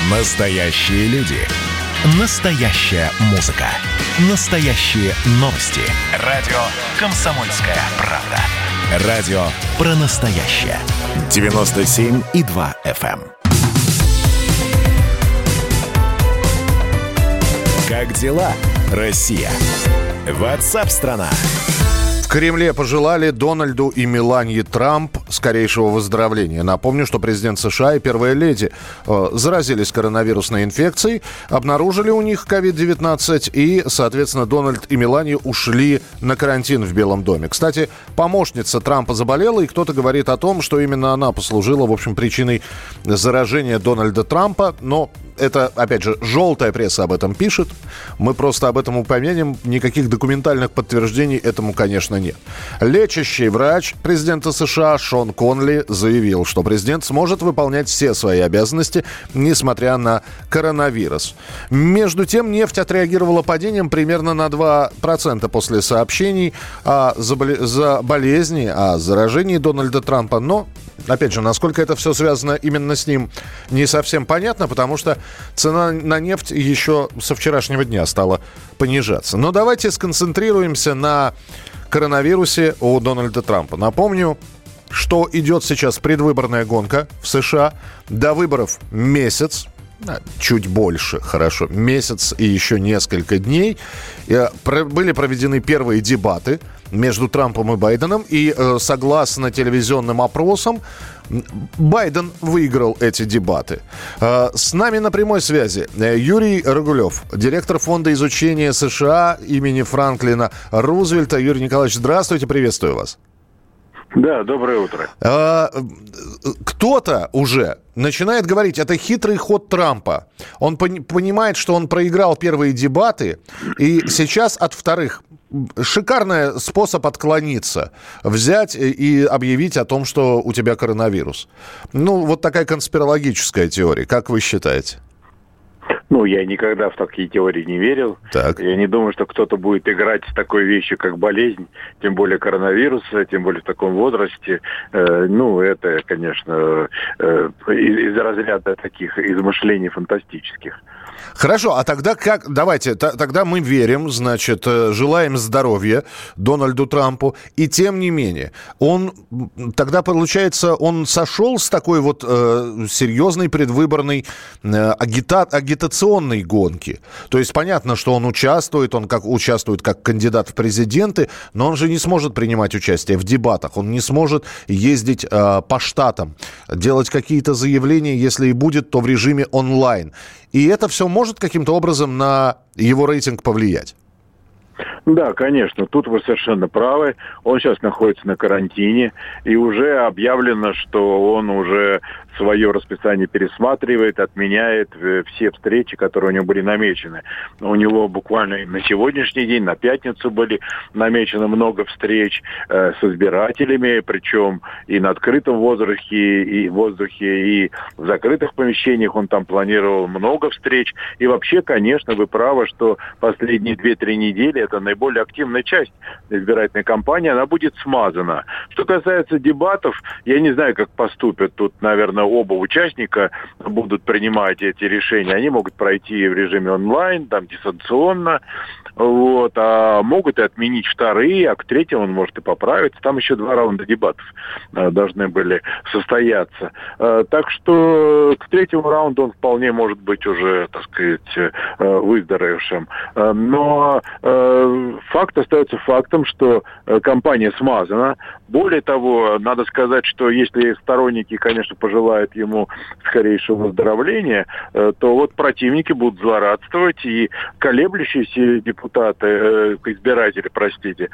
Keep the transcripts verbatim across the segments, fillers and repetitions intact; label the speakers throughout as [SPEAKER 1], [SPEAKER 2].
[SPEAKER 1] Настоящие люди. Настоящая музыка. Настоящие новости. Радио «Комсомольская правда». Радио про настоящее. девяносто семь и два эф эм. Как дела, Россия? Ватсап-страна!
[SPEAKER 2] В Кремле пожелали Дональду и Меланье Трамп скорейшего выздоровления. Напомню, что президент США и первая леди э, заразились коронавирусной инфекцией, обнаружили у них ковид девятнадцать и, соответственно, Дональд и Меланья ушли на карантин в Белом доме. Кстати, помощница Трампа заболела, и кто-то говорит о том, что именно она послужила, в общем, причиной заражения Дональда Трампа, но это, опять же, желтая пресса об этом пишет. Мы просто об этом упомянем. Никаких документальных подтверждений этому, конечно, нет. Лечащий врач президента США Шон Конли заявил, что президент сможет выполнять все свои обязанности, несмотря на коронавирус. Между тем, нефть отреагировала падением примерно на два процента после сообщений о заболе- за болезни, о заражении Дональда Трампа. Но, опять же, насколько это все связано именно с ним, не совсем понятно, потому что цена на нефть еще со вчерашнего дня стала понижаться. Но давайте сконцентрируемся на коронавирусе у Дональда Трампа. Напомню, что идет сейчас предвыборная гонка в США. До выборов месяц. Чуть больше, хорошо, месяц и еще несколько дней. Были проведены первые дебаты между Трампом и Байденом. И согласно телевизионным опросам, Байден выиграл эти дебаты. С нами на прямой связи Юрий Рогулев, директор фонда изучения США имени Франклина Рузвельта. Юрий Николаевич, здравствуйте, приветствую вас.
[SPEAKER 3] Да, доброе утро.
[SPEAKER 2] А, кто-то уже начинает говорить, это хитрый ход Трампа. Он пони- понимает, что он проиграл первые дебаты, и сейчас от вторых шикарный способ отклониться, взять и объявить о том, что у тебя коронавирус. Ну, вот такая конспирологическая теория. Как вы считаете?
[SPEAKER 3] Ну, я никогда в такие теории не верил.
[SPEAKER 2] Так.
[SPEAKER 3] Я не думаю, что кто-то будет играть с такой вещью, как болезнь, тем более коронавирус, тем более в таком возрасте. Э, ну, это, конечно, э, из, из разряда таких измышлений фантастических.
[SPEAKER 2] Хорошо, а тогда как? Давайте, т- тогда мы верим, значит, э, желаем здоровья Дональду Трампу, и тем не менее, он тогда, получается, он сошел с такой вот э, серьезной предвыборной э, агита- агитационной гонки. То есть понятно, что он участвует, он как участвует как кандидат в президенты, но он же не сможет принимать участие в дебатах, он не сможет ездить э, по штатам, делать какие-то заявления, если и будет, то в режиме онлайн. И это все может каким-то образом на его рейтинг повлиять?
[SPEAKER 3] Да, конечно, тут вы совершенно правы. Он сейчас находится на карантине, и уже объявлено, что он уже свое расписание пересматривает, отменяет все встречи, которые у него были намечены. У него буквально на сегодняшний день, на пятницу были намечено много встреч э, с избирателями, причем и на открытом воздухе, и воздухе, и в закрытых помещениях он там планировал много встреч. И вообще, конечно, вы правы, что последние две-три недели это наиболее активная часть избирательной кампании, она будет смазана. Что касается дебатов, я не знаю, как поступят тут, наверное, оба участника будут принимать эти решения. Они могут пройти в режиме онлайн, там, дистанционно, вот, а могут и отменить вторые, а к третьему он может и поправиться. Там еще два раунда дебатов а, должны были состояться. А, так что к третьему раунду он вполне может быть уже, так сказать, выздоровевшим. А, но а, факт остается фактом, что кампания смазана. Более того, надо сказать, что если сторонники, конечно, пожелают ему скорейшего выздоровления, то вот противники будут злорадствовать, и колеблющиеся депутаты, избиратели, простите,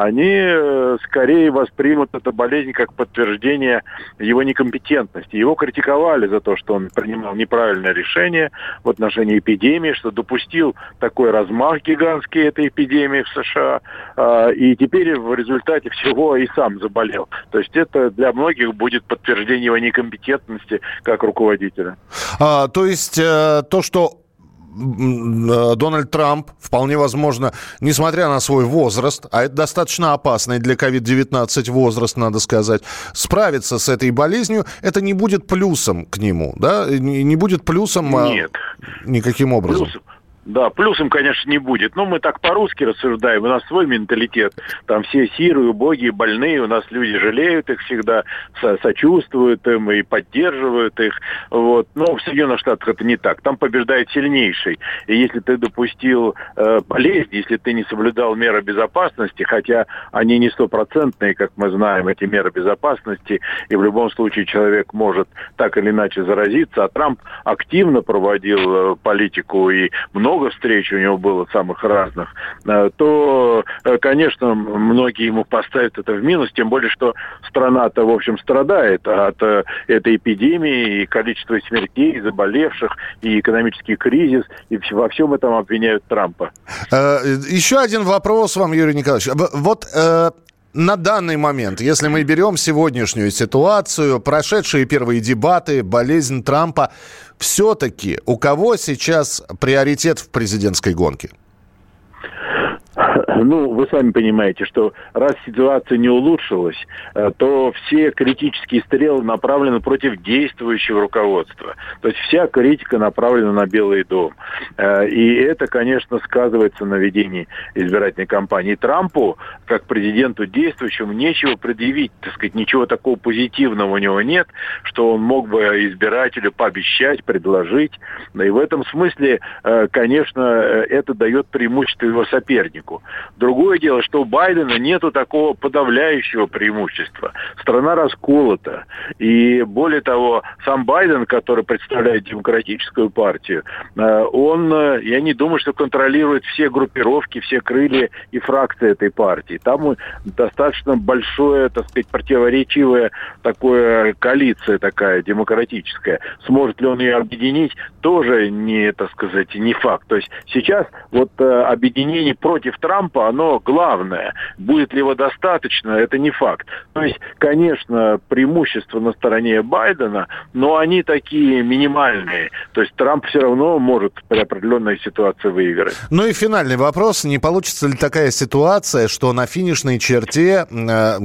[SPEAKER 3] они скорее воспримут эту болезнь как подтверждение его некомпетентности. Его критиковали за то, что он принимал неправильное решение в отношении эпидемии, что допустил такой размах гигантский этой эпидемии в США, и теперь в результате всего и сам заболел. То есть это для многих будет подтверждение его некомпетентности как руководителя.
[SPEAKER 2] А, то есть э, то, что Дональд Трамп, вполне возможно, несмотря на свой возраст, а это достаточно опасный для ковид девятнадцать возраст, надо сказать, справится с этой болезнью, это не будет плюсом к нему, да? Не будет плюсом
[SPEAKER 3] Нет.
[SPEAKER 2] никаким образом.
[SPEAKER 3] Плюсом. Да, плюсом, конечно, не будет. Но мы так по-русски рассуждаем, у нас свой менталитет. Там все сирые, убогие, больные, у нас люди жалеют их всегда, со- сочувствуют им и поддерживают их. Вот. Но в Соединенных Штатах это не так. Там побеждает сильнейший. И если ты допустил э, болезнь, если ты не соблюдал меры безопасности, хотя они не стопроцентные, как мы знаем, эти меры безопасности, и в любом случае человек может так или иначе заразиться, а Трамп активно проводил э, политику и много много встреч у него было самых разных, то, конечно, многие ему поставят это в минус, тем более, что страна-то, в общем, страдает от этой эпидемии, и количество смертей, заболевших, и экономический кризис, и во всем этом обвиняют Трампа.
[SPEAKER 2] Еще один вопрос вам, Юрий Николаевич. Вот... На данный момент, если мы берем сегодняшнюю ситуацию, прошедшие первые дебаты, болезнь Трампа, все-таки у кого сейчас приоритет в президентской гонке?
[SPEAKER 3] Ну, вы сами понимаете, что раз ситуация не улучшилась, то все критические стрелы направлены против действующего руководства. То есть вся критика направлена на Белый дом. И это, конечно, сказывается на ведении избирательной кампании. Трампу, как президенту действующему, нечего предъявить, так сказать, ничего такого позитивного у него нет, что он мог бы избирателю пообещать, предложить. И в этом смысле, конечно, это дает преимущество его сопернику. Другое дело, что у Байдена нету такого подавляющего преимущества. Страна расколота. И более того, сам Байден, который представляет демократическую партию, он, я не думаю, что контролирует все группировки, все крылья и фракции этой партии. Там достаточно большое, так сказать, противоречивая такая коалиция такая демократическая. Сможет ли он ее объединить, тоже не, так сказать, не факт. То есть сейчас вот объединение против Трампа, оно главное. Будет ли его достаточно, это не факт. То есть, конечно, преимущества на стороне Байдена, но они такие минимальные. То есть Трамп все равно может при определенной ситуации выиграть.
[SPEAKER 2] Ну и финальный вопрос. Не получится ли такая ситуация, что на финишной черте э,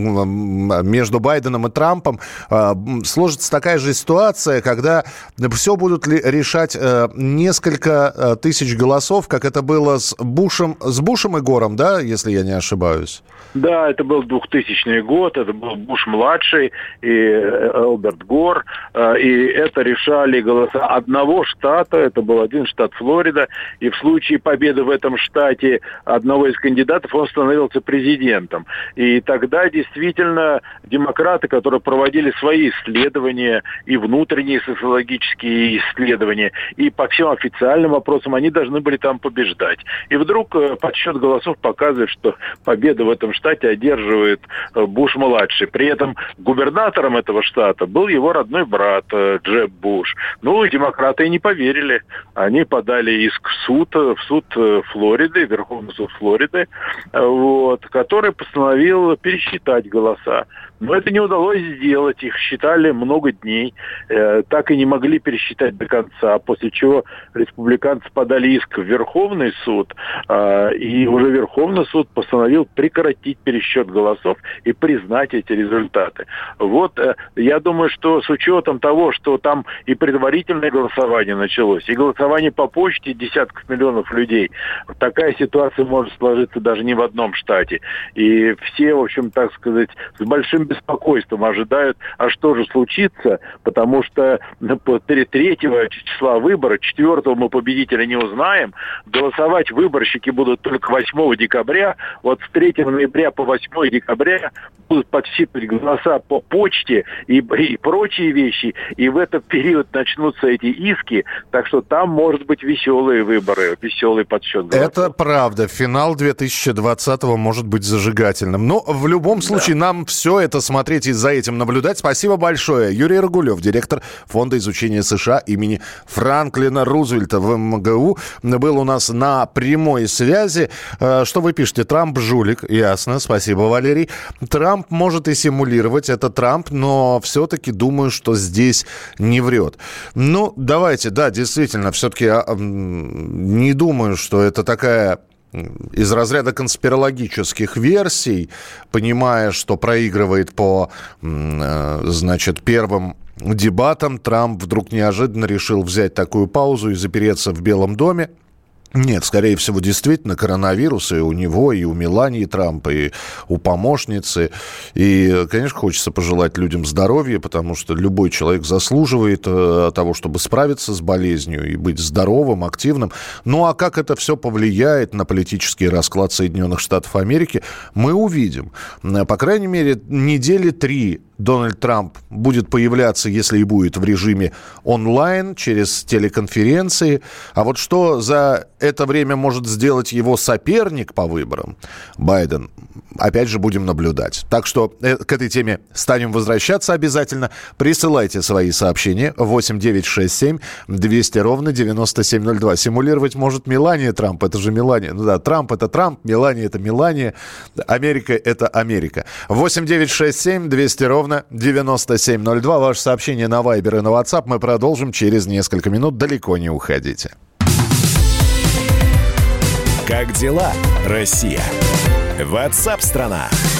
[SPEAKER 2] между Байденом и Трампом э, сложится такая же ситуация, когда все будут ли решать э, несколько э, тысяч голосов, как это было с Бушем, с Бушем и Гором, да, если я не ошибаюсь?
[SPEAKER 3] Да, это был двухтысячный год, это был Буш-младший и Элберт Гор, и это решали голоса одного штата, это был один штат Флорида, и в случае победы в этом штате одного из кандидатов он становился президентом. И тогда действительно демократы, которые проводили свои исследования, и внутренние социологические исследования, и по всем официальным вопросам, они должны были там побеждать. И вдруг подсчет голосов показывает, что победа в этом штате одерживает Буш-младший. При этом губернатором этого штата был его родной брат Джеб Буш. Ну, и демократы и не поверили. Они подали иск в суд, в суд Флориды, Верховный суд Флориды, вот, который постановил пересчитать голоса. Но это не удалось сделать. Их считали много дней. Э, так и не могли пересчитать до конца. После чего республиканцы подали иск в Верховный суд. Э, и уже Верховный суд постановил прекратить пересчет голосов и признать эти результаты. Вот э, я думаю, что с учетом того, что там и предварительное голосование началось, и голосование по почте десятков миллионов людей, такая ситуация может сложиться даже не в одном штате. И все, в общем, так сказать, с большим беспокойством ожидают, а что же случится, потому что третьего числа выбора, четвертого мы победителя не узнаем, голосовать выборщики будут только восьмого декабря, вот с третьего ноября по восьмого декабря будут подсчитывать голоса по почте и, и прочие вещи, и в этот период начнутся эти иски, так что там может быть веселые выборы, веселый подсчет голосов.
[SPEAKER 2] Это правда, финал две тысячи двадцатого может быть зажигательным, но в любом случае да. Нам все это смотреть и за этим наблюдать. Спасибо большое. Юрий Рагулев, директор Фонда изучения США имени Франклина Рузвельта в эм гэ у, был у нас на прямой связи. Что что вы пишете? Трамп жулик. Ясно. Спасибо, Валерий. Трамп может и симулировать. Это Трамп, но все-таки думаю, что здесь не врет. Ну, давайте, да, действительно, все-таки а, не думаю, что это такая... из разряда конспирологических версий, понимая, что проигрывает по, значит, первым дебатам, Трамп вдруг неожиданно решил взять такую паузу и запереться в Белом доме. Нет, скорее всего, действительно, коронавирус и у него, и у Мелании Трампа, и у помощницы. И, конечно, хочется пожелать людям здоровья, потому что любой человек заслуживает э, того, чтобы справиться с болезнью и быть здоровым, активным. Ну, а как это все повлияет на политический расклад Соединенных Штатов Америки, мы увидим. По крайней мере, недели три Дональд Трамп будет появляться, если и будет в режиме онлайн, через телеконференции. А вот что за это время может сделать его соперник по выборам, Байден, опять же, будем наблюдать. Так что к этой теме станем возвращаться обязательно. Присылайте свои сообщения восемь девятьсот шестьдесят семь двести ровно девяносто семь ноль два. Симулировать может Мелания Трамп, это же Мелания. Ну да, Трамп это Трамп, Мелания это Мелания, Америка это Америка. восемь девятьсот шестьдесят семь двести ровно девяносто семь ноль два. Ваше сообщение на Вайбер и на WhatsApp мы продолжим через несколько минут. Далеко не уходите.
[SPEAKER 1] Как дела, Россия? WhatsApp-страна.